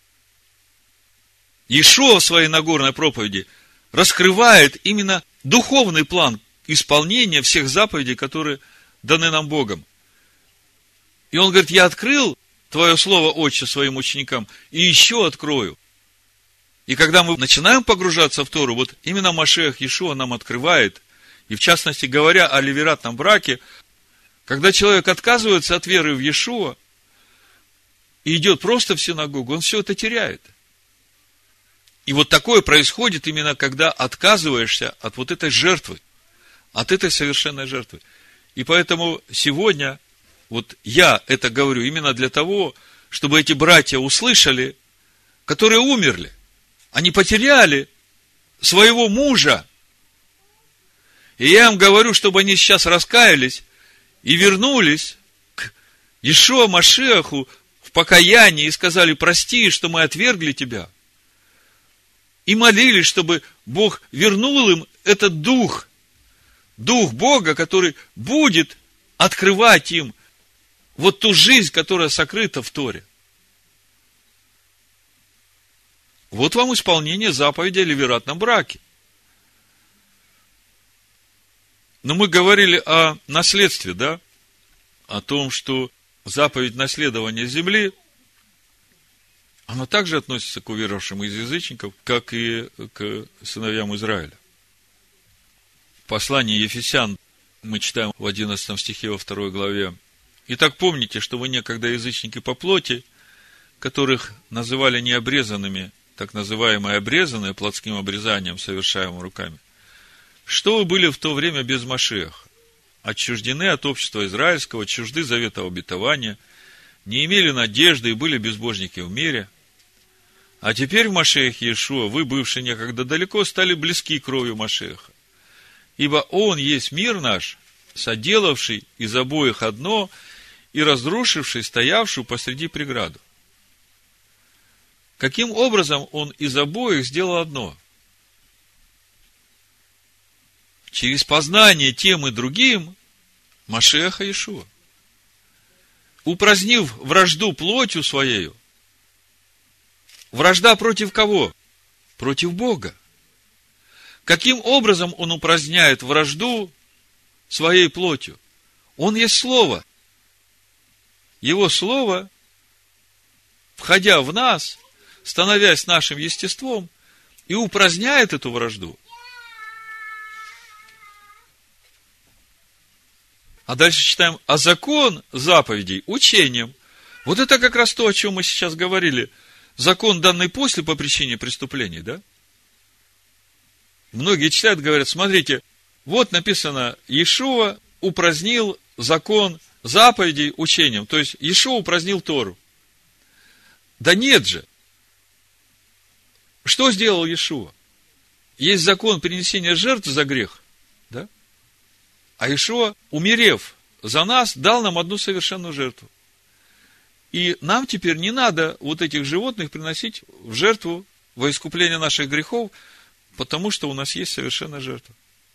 Иешуа в своей Нагорной проповеди раскрывает именно духовный план исполнения всех заповедей, которые даны нам Богом. И он говорит, я открыл твое слово, Отче, своим ученикам, и еще открою. И когда мы начинаем погружаться в Тору, вот именно Машиах Иешуа нам открывает, и в частности говоря о левиратном браке, когда человек отказывается от веры в Иешуа и идет просто в синагогу, он все это теряет. И вот такое происходит именно, когда отказываешься от вот этой жертвы, от этой совершенной жертвы. И поэтому сегодня вот я это говорю именно для того, чтобы эти братья услышали, которые умерли. Они потеряли своего мужа. И я им говорю, чтобы они сейчас раскаялись и вернулись к Иешуа Машиаху в покаянии и сказали, прости, что мы отвергли тебя. И молились, чтобы Бог вернул им этот дух, дух Бога, который будет открывать им вот ту жизнь, которая сокрыта в Торе. Вот вам исполнение заповеди о левиратном браке. Но мы говорили о наследстве, да? О том, что заповедь наследования земли, она также относится к уверовавшим из язычников, как и к сыновьям Израиля. В послании Ефесян мы читаем в 11 стихе во 2 главе. Итак, помните, что вы некогда язычники по плоти, которых называли необрезанными, так называемые обрезанные плотским обрезанием, совершаемым руками. Что вы были в то время без Машиаха? Отчуждены от общества израильского, чужды завета обетования, не имели надежды и были безбожники в мире. А теперь в Машиахе Иешуа вы, бывшие некогда далеко, стали близки кровью Машиаха. Ибо Он есть мир наш, соделавший из обоих одно и разрушивший стоявшую посреди преграду. Каким образом Он из обоих сделал одно? через познание тем и другим Машиаха Иешуа. Упразднив вражду плотью своею. Вражда против кого? Против Бога. Каким образом он упраздняет вражду своей плотью? Он есть Слово. Его Слово, входя в нас, становясь нашим естеством, и упраздняет эту вражду. А дальше читаем, а закон заповедей учением. Вот это как раз то, о чем мы сейчас говорили. Закон, данный после по причине преступлений, да? Многие читают, говорят, смотрите, вот написано, Иешуа упразднил закон заповедей учением. То есть, Иешуа упразднил Тору. Да нет же. Что сделал Иешуа? Есть закон принесения жертв за грех, да? А Иешуа, умерев за нас, дал нам одну совершенную жертву. И нам теперь не надо вот этих животных приносить в жертву во искупление наших грехов, потому что у нас есть совершенная жертва.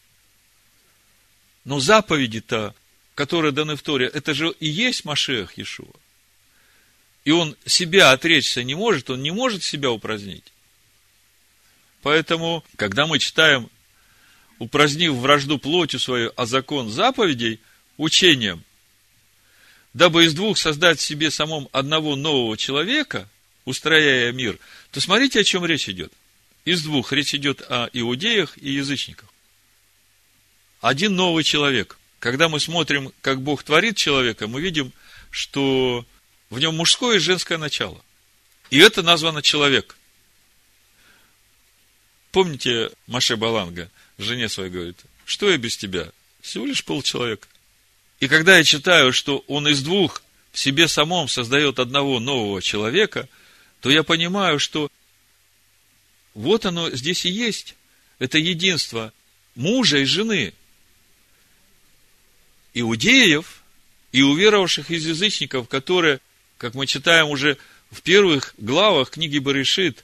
Но заповеди-то, которые даны в Торе, это же и есть Машиах Иешуа. И он себя отречься не может, он не может себя упразднить. Поэтому, когда мы читаем, упразднив вражду плотью свою, а закон заповедей учением, дабы из двух создать себе самом одного нового человека, устрояя мир, то смотрите, о чем речь идет. Из двух речь идет о иудеях и язычниках. Один новый человек. Когда мы смотрим, как Бог творит человека, мы видим, что в нем мужское и женское начало. И это названо человек. Помните, Моше Баланга жене своей говорит, что я без тебя? Всего лишь полчеловека. И когда я читаю, что он из двух в себе самом создает одного нового человека, то я понимаю, что вот оно здесь и есть. Это единство мужа и жены. Иудеев и уверовавших из язычников, которые, как мы читаем уже в первых главах книги Берешит,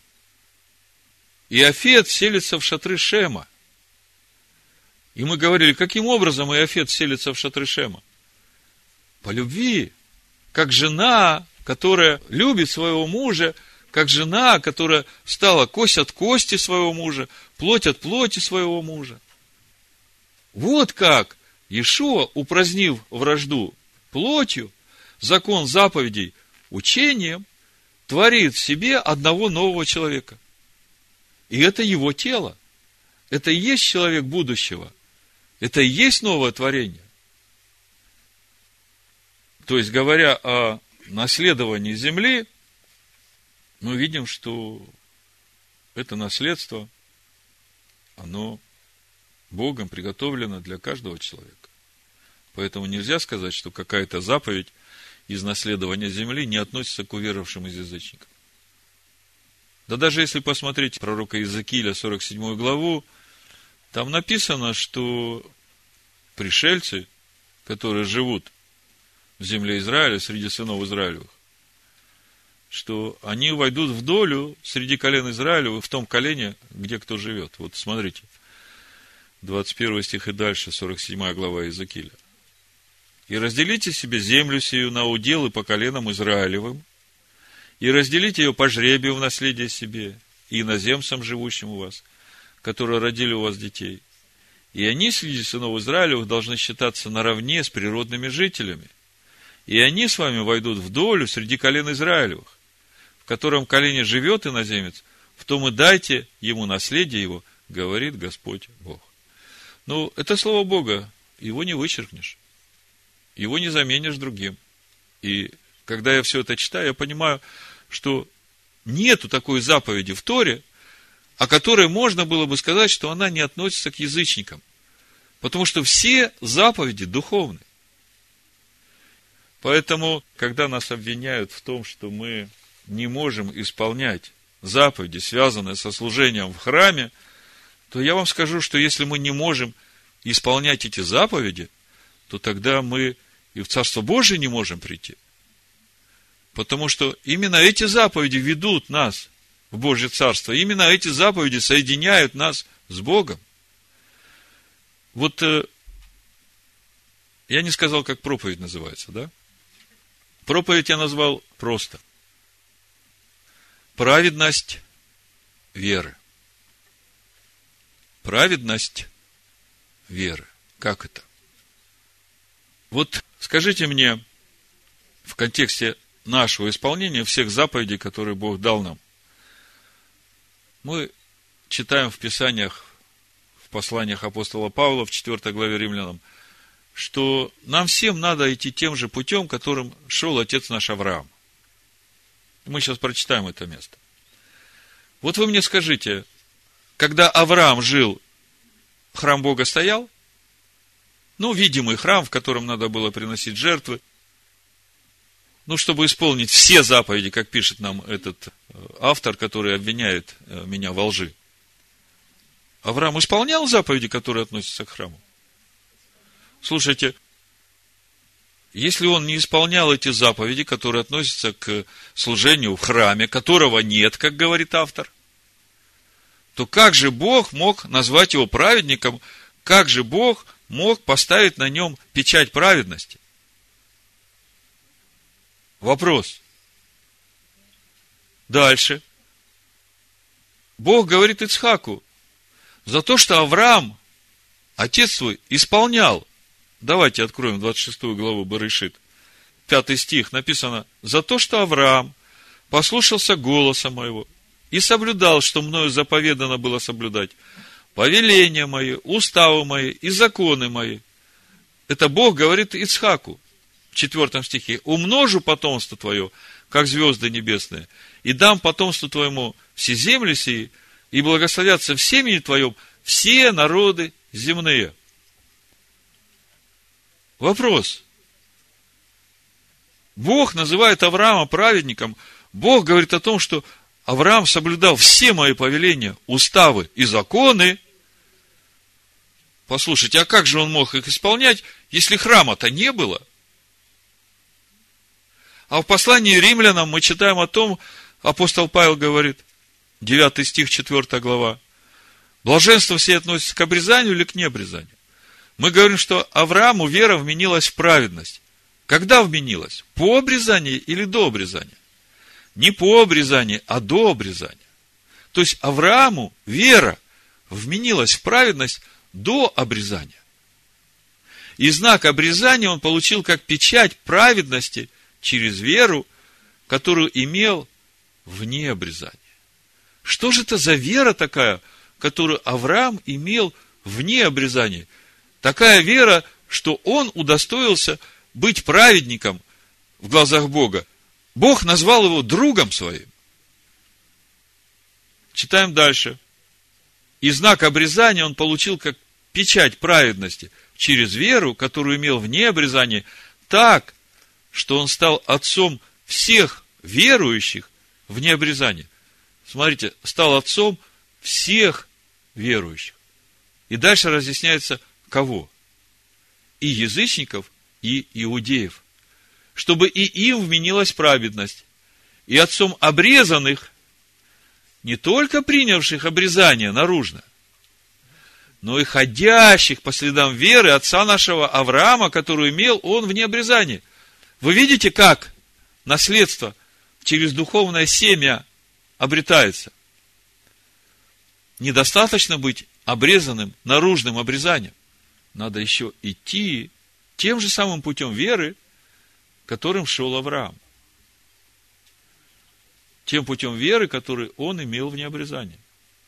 Иофет селится в шатры Шема. И мы говорили, каким образом Иофет селится в шатры Шема? По любви. Как жена, которая любит своего мужа, как жена, которая стала кость от кости своего мужа, плоть от плоти своего мужа. Вот как Иешуа, упразднив вражду плотью, закон заповедей учением, творит в себе одного нового человека. И это его тело. Это и есть человек будущего. Это и есть новое творение. То есть, говоря о наследовании земли, мы видим, что это наследство, оно Богом приготовлено для каждого человека. Поэтому нельзя сказать, что какая-то заповедь из наследования земли не относится к уверовавшим из язычников. Да даже если посмотреть пророка Иезекииля, 47 главу, там написано, что пришельцы, которые живут в земле Израиля, среди сынов Израилевых, что они войдут в долю среди колен Израилевых в том колене, где кто живет. Вот смотрите, 21 стих и дальше, 47 глава Иезекииля. «И разделите себе землю сию на уделы по коленам Израилевым, и разделите ее по жребию в наследие себе, и иноземцам, живущим у вас, которые родили у вас детей. И они среди сынов Израилевых должны считаться наравне с природными жителями. И они с вами войдут в долю среди колен Израилевых, в котором колене живет иноземец, в том и дайте ему наследие его, говорит Господь Бог». Ну, это слово Бога, его не вычеркнешь, его не заменишь другим. И когда я все это читаю, я понимаю, что нету такой заповеди в Торе, о которой можно было бы сказать, что она не относится к язычникам. Потому что все заповеди духовны. Поэтому, когда нас обвиняют в том, что мы не можем исполнять заповеди, связанные со служением в храме, то я вам скажу, что если мы не можем исполнять эти заповеди, то тогда мы и в Царство Божие не можем прийти. Потому что именно эти заповеди ведут нас в Божье Царство. Именно эти заповеди соединяют нас с Богом. Вот я не сказал, как проповедь называется, да? Проповедь я назвал просто. Праведность веры. Праведность веры. Как это? Вот скажите мне, в контексте нашего исполнения всех заповедей, которые Бог дал нам. Мы читаем в Писаниях, в посланиях апостола Павла, в 4 главе Римлянам, что нам всем надо идти тем же путем, которым шел отец наш Авраам. Мы сейчас прочитаем это место. Вот вы мне скажите, когда Авраам жил, храм Бога стоял? Ну, видимый храм, в котором надо было приносить жертвы. Ну, чтобы исполнить все заповеди, как пишет нам этот автор, который обвиняет меня во лжи. Авраам исполнял заповеди, которые относятся к храму? Слушайте, если он не исполнял эти заповеди, которые относятся к служению в храме, которого нет, как говорит автор, то как же Бог мог назвать его праведником, как же Бог мог поставить на нем печать праведности? Вопрос. Дальше. Бог говорит Ицхаку, за то, что Авраам, отец твой, исполнял. Давайте откроем 26 главу Берешит. 5 стих написано, за то, что Авраам послушался голоса моего и соблюдал, что мною заповедано было соблюдать, повеления мои, уставы мои и законы мои. Это Бог говорит Ицхаку в 4 стихе. Умножу потомство твое, как звезды небесные, и дам потомству твоему все земли сии, и благословятся в семени твоем все народы земные. Вопрос. Бог называет Авраама праведником. Бог говорит о том, что Авраам соблюдал все мои повеления, уставы и законы. Послушайте, а как же он мог их исполнять, если храма-то не было? А в послании римлянам мы читаем о том, апостол Павел говорит, 9 стих, 4 глава, блаженство все относится к обрезанию или к необрезанию? Мы говорим, что Аврааму вера вменилась в праведность. Когда вменилась? По обрезанию или до обрезания? Не по обрезанию, а до обрезания. То есть Аврааму вера вменилась в праведность до обрезания. И знак обрезания он получил как печать праведности через веру, которую имел вне обрезания. Что же это за вера такая, которую Авраам имел вне обрезания? Такая вера, что он удостоился быть праведником в глазах Бога. Бог назвал его другом своим. Читаем дальше. И знак обрезания он получил как печать праведности через веру, которую имел вне обрезания, так, что он стал отцом всех верующих вне обрезания. Смотрите, стал отцом всех верующих. И дальше разъясняется, кого? И язычников, и иудеев. Чтобы и им вменилась праведность. И отцом обрезанных, не только принявших обрезание наружно, но и ходящих по следам веры отца нашего Авраама, которую имел он вне обрезания. Вы видите, как наследство через духовное семя обретается? Недостаточно быть обрезанным наружным обрезанием. Надо еще идти тем же самым путем веры, которым шел Авраам. Тем путем веры, который он имел вне обрезания.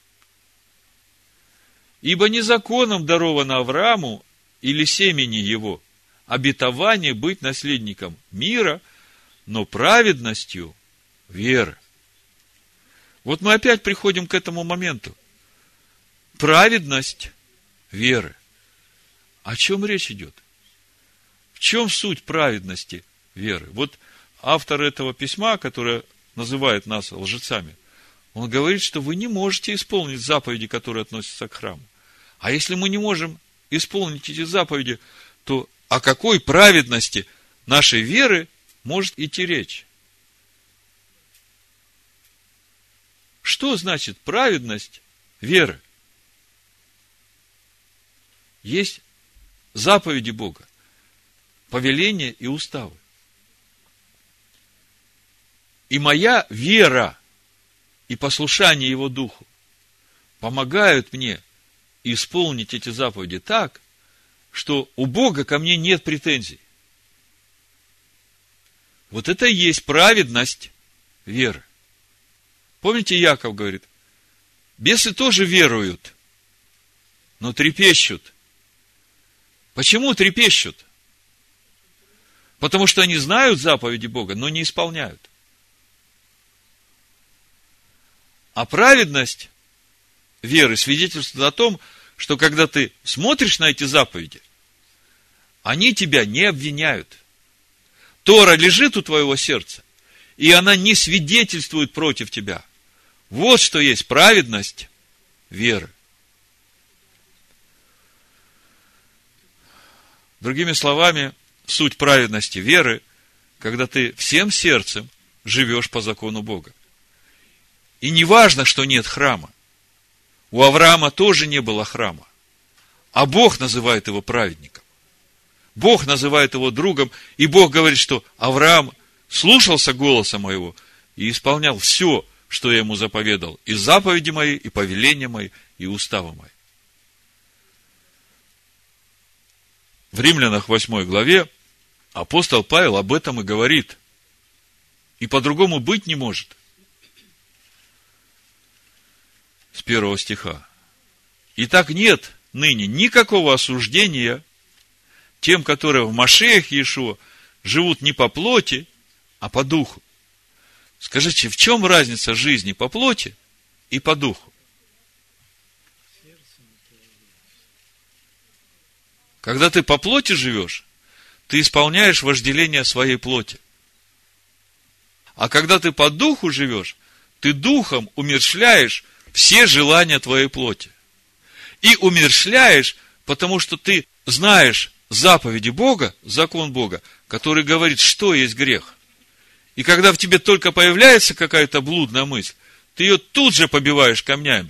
Ибо не законом даровано Аврааму или семени его обетование быть наследником мира, но праведностью веры. Вот мы опять приходим к этому моменту. Праведность веры. О чем речь идет? В чем суть праведности веры? Вот автор этого письма, которое называет нас лжецами, он говорит, что вы не можете исполнить заповеди, которые относятся к храму. А если мы не можем исполнить эти заповеди, то о какой праведности нашей веры может идти речь? Что значит праведность веры? есть заповеди Бога, повеления и уставы. И моя вера и послушание Его Духу помогают мне исполнить эти заповеди так, что у Бога ко мне нет претензий. Вот это и есть праведность веры. Помните, Яков говорит, бесы тоже веруют, но трепещут. Почему трепещут? Потому что они знают заповеди Бога, но не исполняют. А праведность веры свидетельствует о том, что когда ты смотришь на эти заповеди, они тебя не обвиняют. Тора лежит у твоего сердца, и она не свидетельствует против тебя. Вот что есть праведность веры. Другими словами, суть праведности веры, когда ты всем сердцем живешь по закону Бога. И не важно, что нет храма. У Авраама тоже не было храма. А Бог называет его праведником. Бог называет его другом. И Бог говорит, что Авраам слушался голоса моего и исполнял все, что я ему заповедал. И заповеди мои, и повеления мои, и уставы мои. В Римлянах 8 главе апостол Павел об этом и говорит. И по-другому быть не может. С 1 стиха. Итак, нет ныне никакого осуждения тем, которые в Машиах Иешуа живут не по плоти, а по духу. Скажите, в чем разница жизни по плоти и по духу? Когда ты по плоти живешь, ты исполняешь вожделение своей плоти. А когда ты по духу живешь, ты духом умерщвляешь все желания твоей плоти. И умерщвляешь, потому что ты знаешь заповеди Бога, закон Бога, который говорит, что есть грех. И когда в тебе только появляется какая-то блудная мысль, ты ее тут же побиваешь камнями.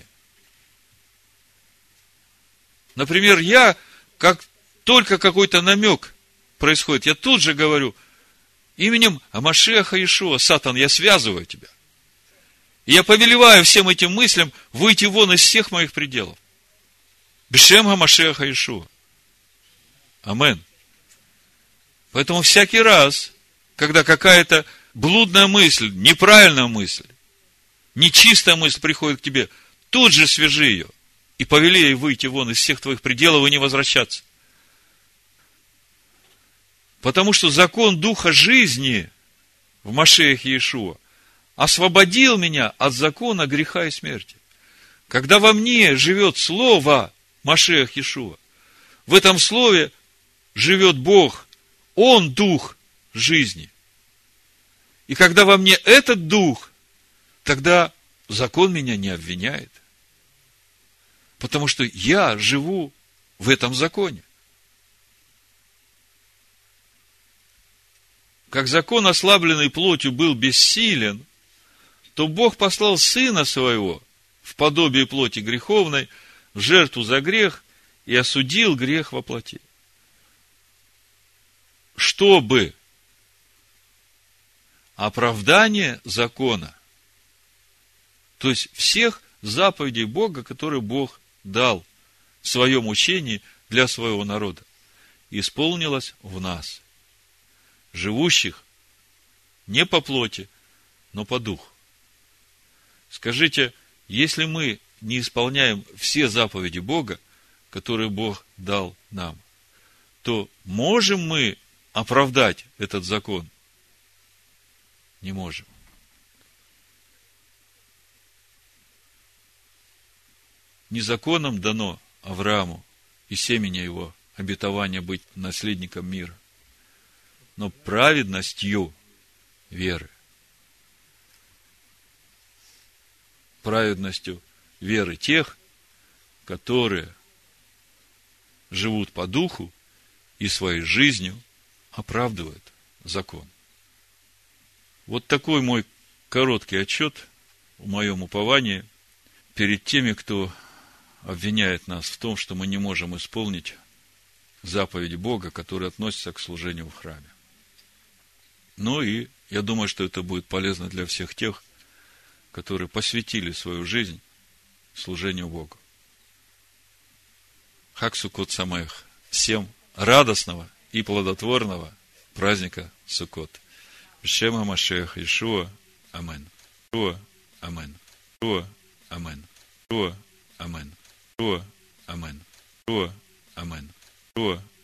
Например, я, как только какой-то намек происходит, я тут же говорю, именем Машиаха Иешуа, Сатан, я связываю тебя. И я повелеваю всем этим мыслям выйти вон из всех моих пределов. Бешем Машиаха Иешуа. Амен. Поэтому всякий раз, когда какая-то блудная мысль, неправильная мысль, нечистая мысль приходит к тебе, тут же свяжи ее и повели ей выйти вон из всех твоих пределов и не возвращаться. Потому что закон Духа жизни в Машиахе Иешуа освободил меня от закона греха и смерти. Когда во мне живет Слово Машиах Иешуа, в этом Слове живет Бог, Он Дух жизни. И когда во мне этот Дух, тогда закон меня не обвиняет. Потому что я живу в этом законе. Как закон, ослабленный плотью, был бессилен, то Бог послал Сына Своего в подобие плоти греховной, в жертву за грех, и осудил грех во плоти. Чтобы оправдание закона, то есть всех заповедей Бога, которые Бог дал в своем учении для своего народа, исполнилось в нас, живущих не по плоти, но по духу. Скажите, если мы не исполняем все заповеди Бога, которые Бог дал нам, то можем мы оправдать этот закон? Не можем. Не законом дано Аврааму и семени его обетование быть наследником мира, но праведностью веры. Праведностью веры тех, которые живут по духу и своей жизнью оправдывают закон. Вот такой мой короткий отчет в моем уповании перед теми, кто обвиняет нас в том, что мы не можем исполнить заповеди Бога, которые относятся к служению в храме. Ну и я думаю, что это будет полезно для всех тех, которые посвятили свою жизнь служению Богу. Хаг Суккот Самех. Всем радостного и плодотворного праздника Суккот. Б'Шем ха-Машиах Иешуа. Амен. Амен. Амен. Амен. Амен. Амен.